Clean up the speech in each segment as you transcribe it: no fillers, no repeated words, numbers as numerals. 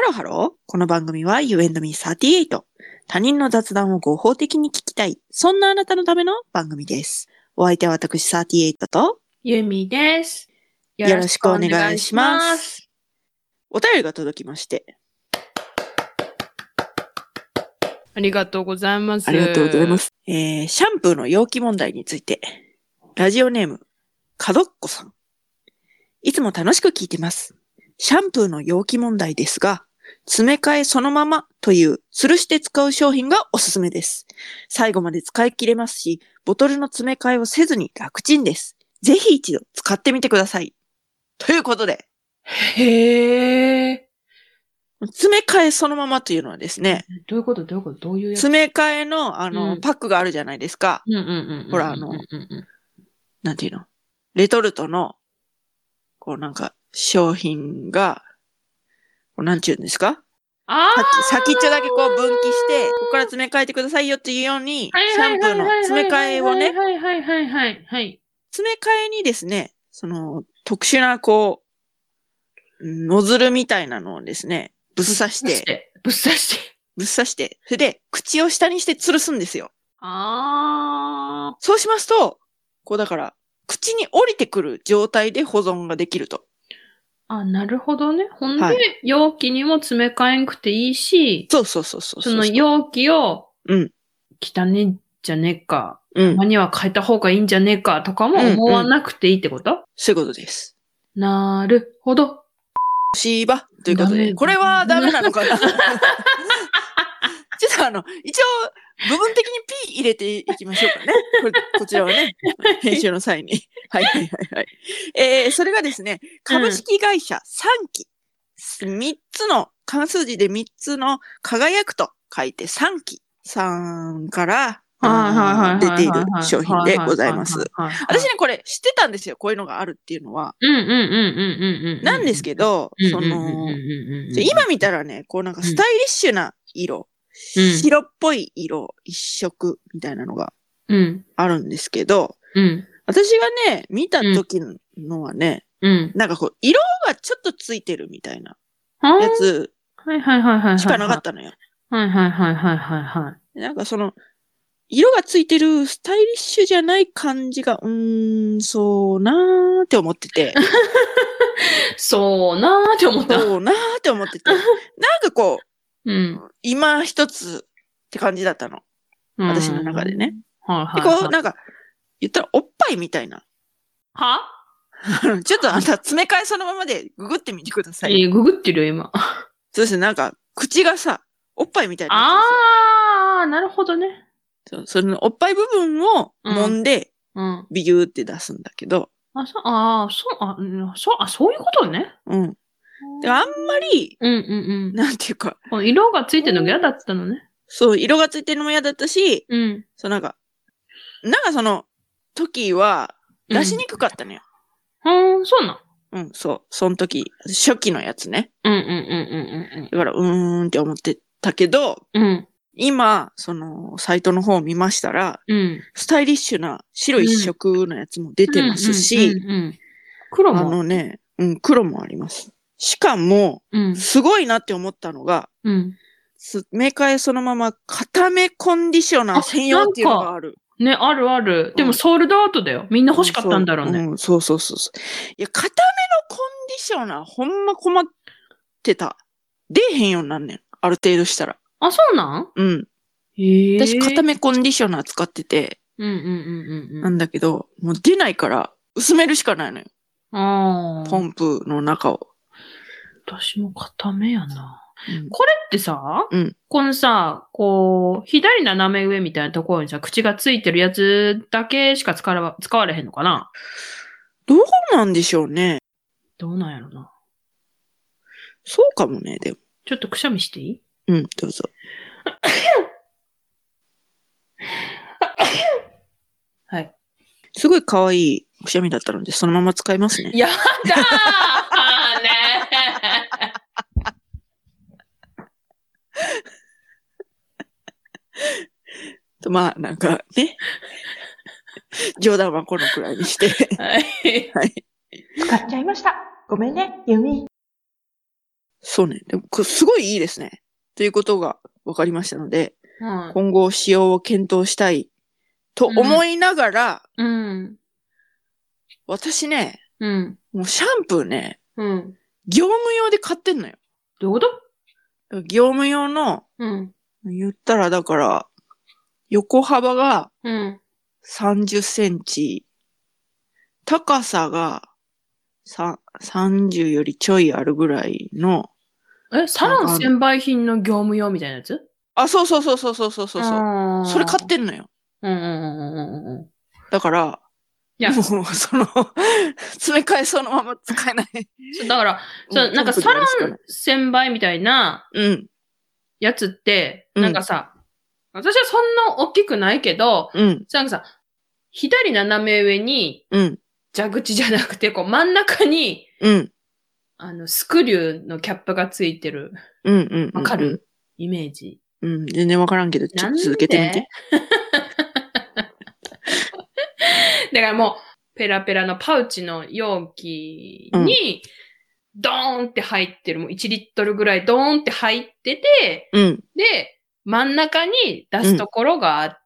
ローハロー。この番組は You and me38。他人の雑談を合法的に聞きたい。そんなあなたのための番組です。お相手は私38とゆみです。 よろしくお願いします。お便りが届きまして。 ありがとうございます。 ありがとうございます。シャンプーの容器問題について。ラジオネーム、かどっこさん。いつも楽しく聞いてます。シャンプーの容器問題ですが、詰め替えそのままという吊るして使う商品がおすすめです。最後まで使い切れますし、ボトルの詰め替えをせずに楽ちんです。ぜひ一度使ってみてください。ということで。 へー。 詰め替えそのままというのはですね。 どういうことどういうやつ？ 詰め替えのパックがあるじゃないですか。ほらなんていうの？レトルトの、こうなんか、商品が、なんちゅうんですか？先っちょだけこう分岐して、ここから詰め替えてくださいよっていうように、シャンプーの詰め替えをね、詰め替えにですね、特殊なこう、ノズルみたいなのをですね、ぶっ刺して、それで、口を下にして吊るすんですよ。そうしますと、こうだから、口に降りてくる状態で保存ができると。 なるほどね。ほんで、はい、容器にも詰め替えんくていいし、 そう。 その容器を、汚ねんじゃねえか、たまには変えた方がいいんじゃねえかとかも思わなくていいってこと？ そういうことです。 なるほど。 しばということで、これはダメなのかなちょっと一応、部分的に P 入れていきましょうかね。こちらはね、編集の際に。はい。それがですね、株式会社3期。3つの、漢数字で3つの輝くと書いて3期さんから出ている商品でございます。私ね、これ知ってたんですよ。こういうのがあるっていうのは。なんですけど、今見たらね、こうなんかスタイリッシュな色。白っぽい色一色みたいなのがあるんですけど、私がね、見た時のはね、なんかこう、色がちょっとついてるみたいなやつしかなかったのよ。なんか色がついてるスタイリッシュじゃない感じが、そうなーって思ってて。 そうなーって思った。 そうなーって思ってて。なんかこう、今一つって感じだったの。私の中でね。で、こう、なんか、言ったらおっぱいみたいな。 はちょっとあんた詰め替えそのままでググってみてください。 ググってるよ、今。 そうですね、なんか、口がさ、おっぱいみたいな。 なるほどね。 そのおっぱい部分を揉んで、ビューって出すんだけど。 そういうことね。 であんまり、なんていうか。 色がついてるのが嫌だったのね。 そう、色がついてるのも嫌だったし、なんかその時は出しにくかったのよ。 そうなん？ そう。その時、初期のやつね。だから、って思ってたけど、今、サイトの方を見ましたら、スタイリッシュな白一色のやつも出てますし、 黒も黒もあります。しかも、すごいなって思ったのが、詰め替えそのまま固めコンディショナー専用っていうのがある。 ね、ある。でもソールドアウトだよ。みんな欲しかったんだろうね。 そう。いや、固めのコンディショナーほんま困ってた。出えへんようになんねん。ある程度したら。 そうなん？ 私、固めコンディショナー使ってて。なんだけど、もう出ないから、薄めるしかないのよ。ポンプの中を。 私も固めやな。これってさ、このさ、こう、左斜め上みたいなところにさ、口がついてるやつだけしか使われへんのかな？ どうなんでしょうね。 どうなんやろな。 そうかもね、でも。 ちょっとくしゃみしていい？ どうぞ。 はい。 すごい可愛いくしゃみだったので、そのまま使いますね。 やだーねまあ、なんかね。冗談はこのくらいにして。 はい。 はい。 使っちゃいました。ごめんね、ユミ。 そうね。でもすごいいいですね。ということが分かりましたので、 はい、 今後使用を検討したいと思いながら、 うん。 私ね、 うん。 もうシャンプーね、 うん。 業務用で買ってんのよ。 どういうこと？ 業務用の、 うん。 言ったらだから、横幅がうん。 30センチ、高さが30よりちょいあるぐらいの。 サロン専売品の業務用みたいなやつ？ あ、そうそうそうそうそうそうそう。それ買ってんのよ。だから、 いや、 もうその、詰め替えそのまま使えない。 だから、なんかサロン専売みたいなやつって、なんかさ、私はそんな大きくないけど、なんかさ、左斜め上に、蛇口じゃなくて、こう真ん中に、スクリューのキャップがついてる。わかる？イメージ。 全然わからんけど、ちょっと続けてみて。 だからもう、ペラペラのパウチの容器に、ドーンって入ってる、もう1リットルぐらいドーンって入ってて、で、真ん中に出すところがあって、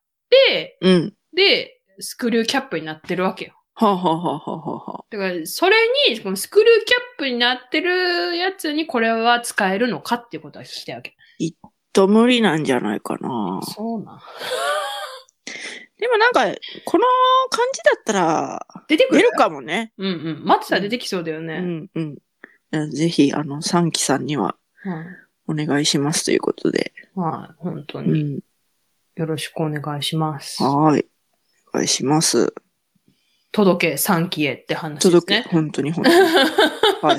で、スクリューキャップになってるわけよ。だから、それに、このスクリューキャップになってるやつにこれは使えるのかっていうことは聞きたいわけ。 無理なんじゃないかな。 そうなん。 でもなんか、この感じだったら、出るかもね。 待ってたら出てきそうだよね。 ぜひ、3期さんには、お願いしますということで。 はい、本当に。よろしくお願いします。 はい。お願いします。 届け3期へって話ですね。 届け、本当に。はい。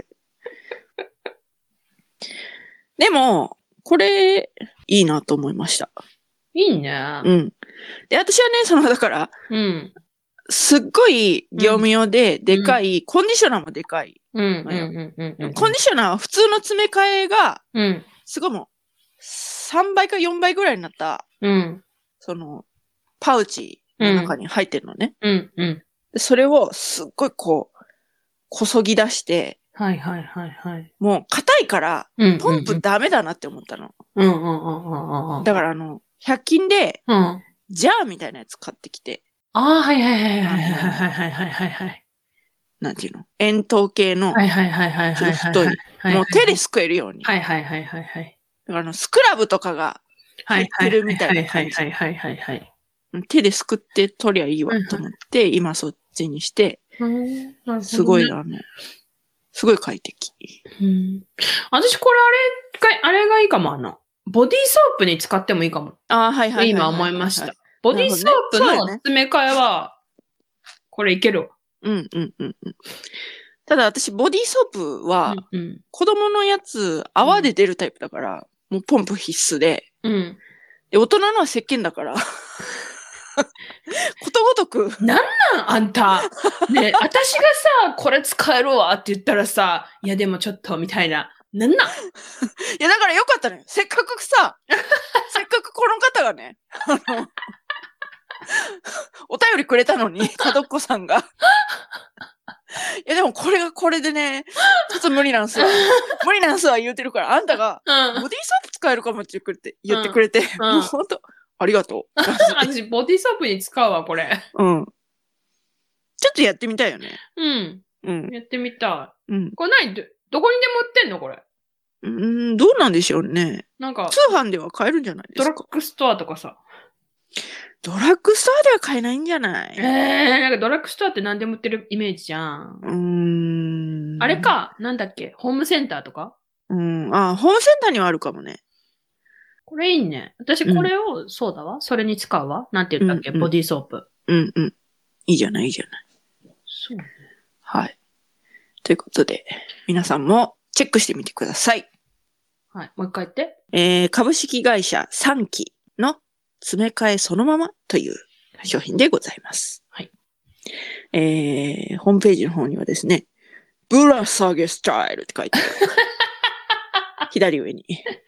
でも、これ、いいなと思いました。 いいね。 で、私はね、だから、すっごい業務用で、でかい、コンディショナーもでかい。コンディショナーは普通の詰め替えが、すごいもう、3倍か4倍ぐらいになった、パウチの中に入ってるのね。でそれをすっごいこそぎ出して、もう硬いから、ポンプダメだなって思ったの。だから100均で、ジャーみたいなやつ買ってきて。なんていうの？円筒形の、太い。もう手ですくえるように。だからスクラブとかが入ってるみたいな感じ。手ですくって取りゃいいわと思って、今そっちにして、すごいすごい快適。 私これあれがいいかも、ボディーソープに使ってもいいかも。今思いました。ボディーソープの詰め替えは、これいけるわ。 ただ私、ボディーソープは、子供のやつ、泡で出るタイプだから、もうポンプ必須で、で、大人のは石鹸だから、ことごとく。 なんあんた。ね、私がさ、これ使えるわって言ったらさ、いやでもちょっと、みたいな。なんなん？いや、だからよかったね。せっかくこの方がね、お便りくれたのに、かどっこさんが。いや、でもこれでね、ちょっと無理なんすわ言うてるから、あんたが、ボディーソープ使えるかもって言ってくれて、もうほんと、ありがとう。 私、ボディーソープに使うわ、これ。 ちょっとやってみたいよね。 やってみたい。これどこにでも売ってんのこれ。 どうなんでしょうね。なんか、通販では買えるんじゃないですか。 ドラッグストアとかさ。 ドラッグストアでは買えないんじゃない？ なんかドラッグストアって何でも売ってるイメージじゃん。あれか、なんだっけ、ホームセンターとか？ ホームセンターにはあるかもね。 これいいね。私これを、そうだわ。それに使うわ。なんて言ったっけ、ボディーソープ。 いいじゃない。 そうね。 はい。ということで、皆さんもチェックしてみてください。 はい。もう一回言って。 株式会社3期の詰め替えそのままという商品でございます。 はい。 ホームページの方にはですね、ぶら下げスタイルって書いてある。左上に。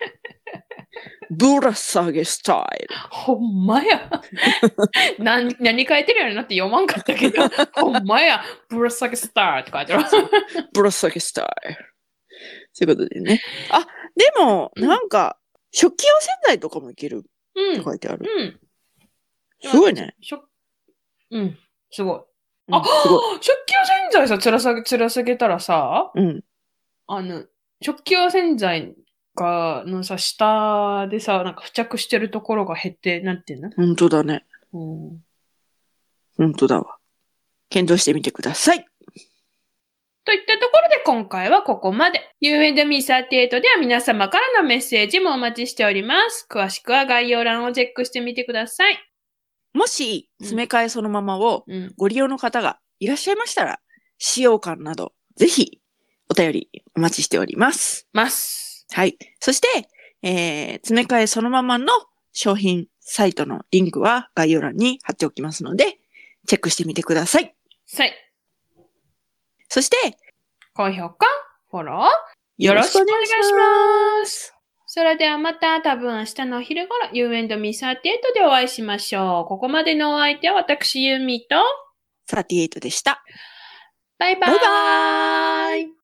ぶら下げスタイル。 ほんまや。何書いてるやろなって読まんかったけど、ほんまや。ぶら下げスタイルって書いてある。 ぶら下げスタイル。 そういうことでね。あ、でも、なんか、食器用洗剤とかもいけるって書いてある。すごいね。 すごい。すごい。食器用洗剤さ、つら下げたらさ、食器用洗剤のさ、下でさ、なんか付着してるところが減って、なんていうの？ 本当だね。本当だわ。検討してみてください。 といったところで今回はここまで。You&Me38 では皆様からのメッセージもお待ちしております。詳しくは概要欄をチェックしてみてください。 もし、詰め替えそのままをご利用の方がいらっしゃいましたら、使用感など、ぜひお便りお待ちしております。はい。そして、詰め替えそのままの商品サイトのリンクは概要欄に貼っておきますので、チェックしてみてください。そして、 高評価、フォロー、よろしくお願いします。それではまた多分明日のお昼頃、You&Me38 でお会いしましょう。ここまでのお相手は私ユーミーと 38でした。 バイバーイ。